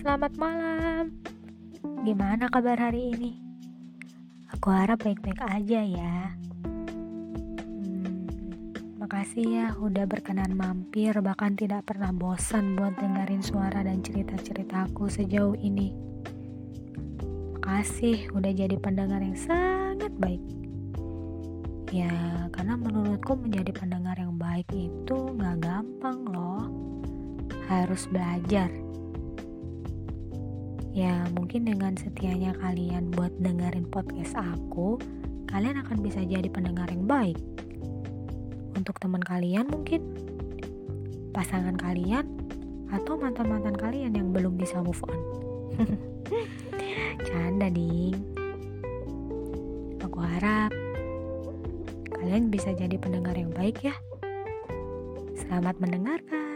selamat malam. Gimana kabar hari ini? Aku harap baik-baik aja ya. Makasih ya udah berkenan mampir, bahkan tidak pernah bosan buat dengerin suara dan cerita-ceritaku sejauh ini. Makasih udah jadi pendengar yang sangat baik. Ya, karena menurutku menjadi pendengar yang baik itu gak gampang loh. Harus belajar. Ya mungkin dengan setianya kalian buat dengerin podcast aku, kalian akan bisa jadi pendengar yang baik. Untuk teman kalian mungkin, pasangan kalian, atau mantan-mantan kalian yang belum bisa move on. Canda ding. Aku harap kalian bisa jadi pendengar yang baik ya. Selamat mendengarkan.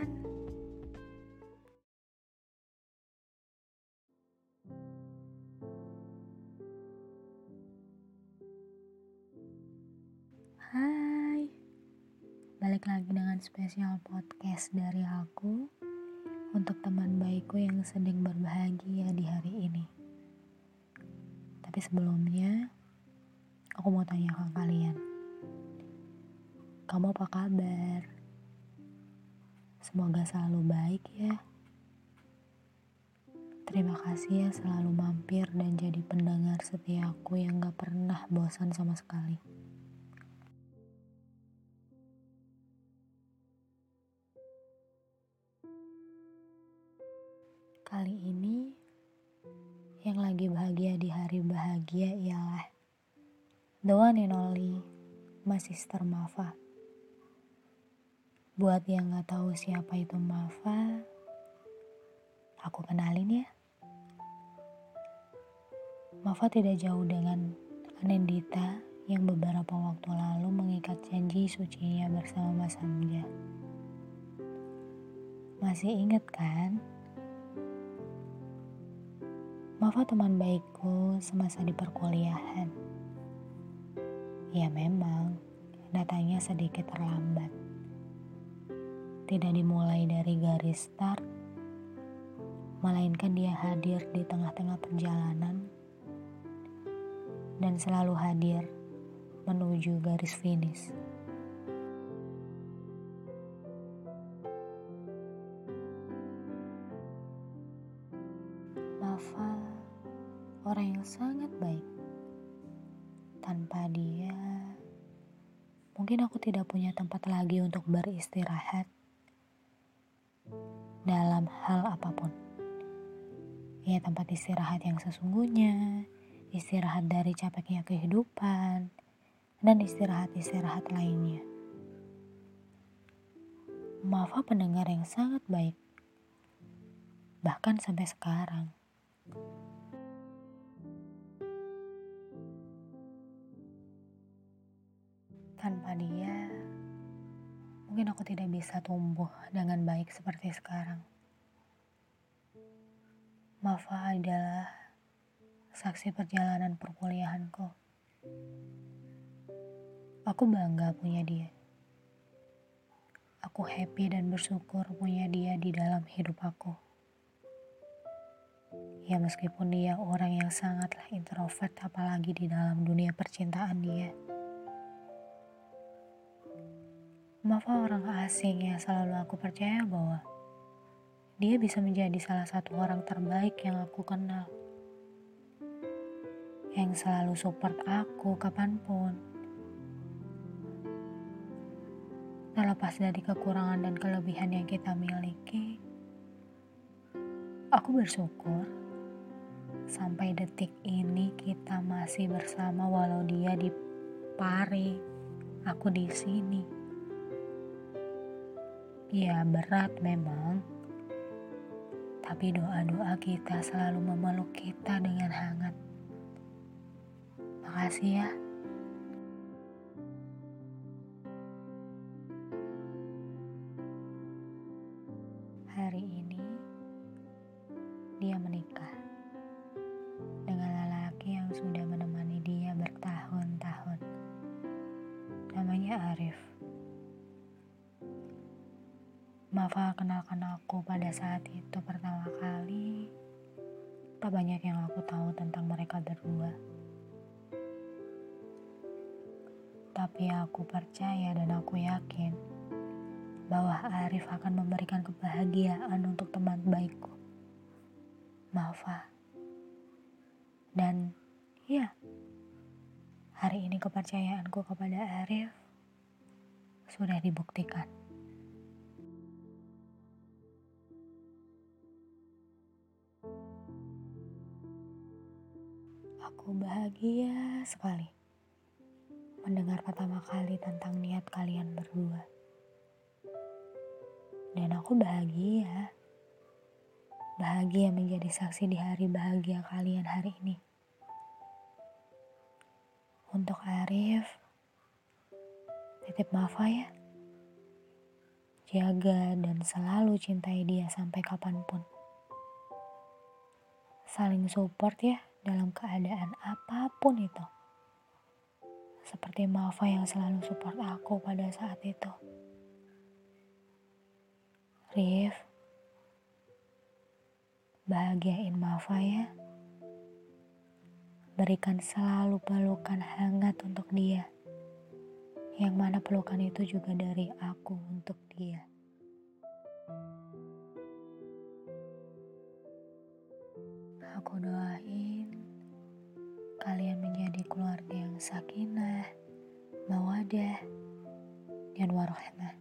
Hai, balik lagi dengan spesial podcast dari aku untuk teman baikku yang sedang berbahagia di hari ini. Tapi sebelumnya, aku mau tanya ke kalian, kamu apa kabar? Semoga selalu baik ya. Terima kasih ya selalu mampir dan jadi pendengar setiaku yang gak pernah bosan sama sekali. Kali ini, yang lagi bahagia di hari bahagia ialah the one and only my sister Mafa. Buat yang gak tahu siapa itu Mafa, aku kenalin ya. Mafa tidak jauh dengan Anindita yang beberapa waktu lalu mengikat janji sucinya bersama Mas Hamzah. Masih ingat kan? Mafa teman baikku semasa di perkuliahan. Ya memang, datangnya sedikit terlambat. Tidak dimulai dari garis start, melainkan dia hadir di tengah-tengah perjalanan dan selalu hadir menuju garis finish. Mafa orang yang sangat baik. Tanpa dia, mungkin aku tidak punya tempat lagi untuk beristirahat dalam hal apapun. Ya tempat istirahat yang sesungguhnya, istirahat dari capeknya kehidupan, dan istirahat-istirahat lainnya. Mafa pendengar yang sangat baik, bahkan sampai sekarang. Tanpa dia, mungkin aku tidak bisa tumbuh dengan baik seperti sekarang. Mafa adalah saksi perjalanan perkuliahanku. Aku bangga punya dia. Aku happy dan bersyukur punya dia di dalam hidup aku. Ya meskipun dia orang yang sangatlah introvert, apalagi di dalam dunia percintaan dia. Mafa orang asing yang selalu aku percaya bahwa dia bisa menjadi salah satu orang terbaik yang aku kenal. Yang selalu support aku kapanpun. Terlepas dari kekurangan dan kelebihan yang kita miliki, aku bersyukur sampai detik ini kita masih bersama walau dia di Pare, aku di sini. Ya berat memang, tapi doa-doa kita selalu memeluk kita dengan hangat. Makasih ya. Hari ini dia menikah dengan lelaki yang sudah menemani dia bertahun-tahun. Namanya Arif. Mafa kenalkan aku pada saat itu pertama kali tak banyak yang aku tahu tentang mereka berdua. Tapi aku percaya dan aku yakin bahwa Arif akan memberikan kebahagiaan untuk teman baikku, Mafa. Dan ya, hari ini kepercayaanku kepada Arif sudah dibuktikan. Aku bahagia sekali mendengar pertama kali tentang niat kalian berdua. Dan aku bahagia menjadi saksi di hari bahagia kalian hari ini. Untuk Arif, titip Mafa ya. Jaga dan selalu cintai dia sampai kapanpun. Saling support ya dalam keadaan apapun itu. Seperti Mafa yang selalu support aku pada saat itu. Rif, bahagiain Mafa ya. Berikan selalu pelukan hangat untuk dia. Yang mana pelukan itu juga dari aku untuk dia. Aku doain kalian menjadi keluarga yang sakinah, mawadah, dan warahmah.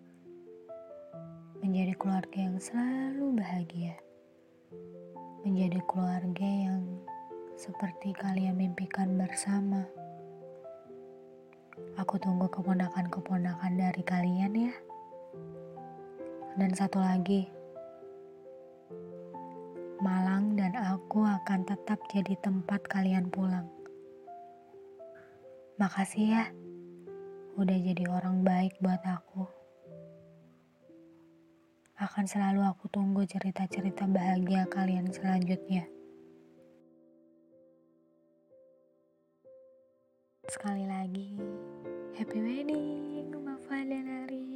Menjadi keluarga yang selalu bahagia. Menjadi keluarga yang seperti kalian mimpikan bersama. Aku tunggu keponakan-keponakan dari kalian ya. Dan satu lagi, Malang dan aku akan tetap jadi tempat kalian pulang. Makasih ya, udah jadi orang baik buat aku. Akan selalu aku tunggu cerita-cerita bahagia kalian selanjutnya. Sekali lagi, happy wedding, Mafa dan Arif.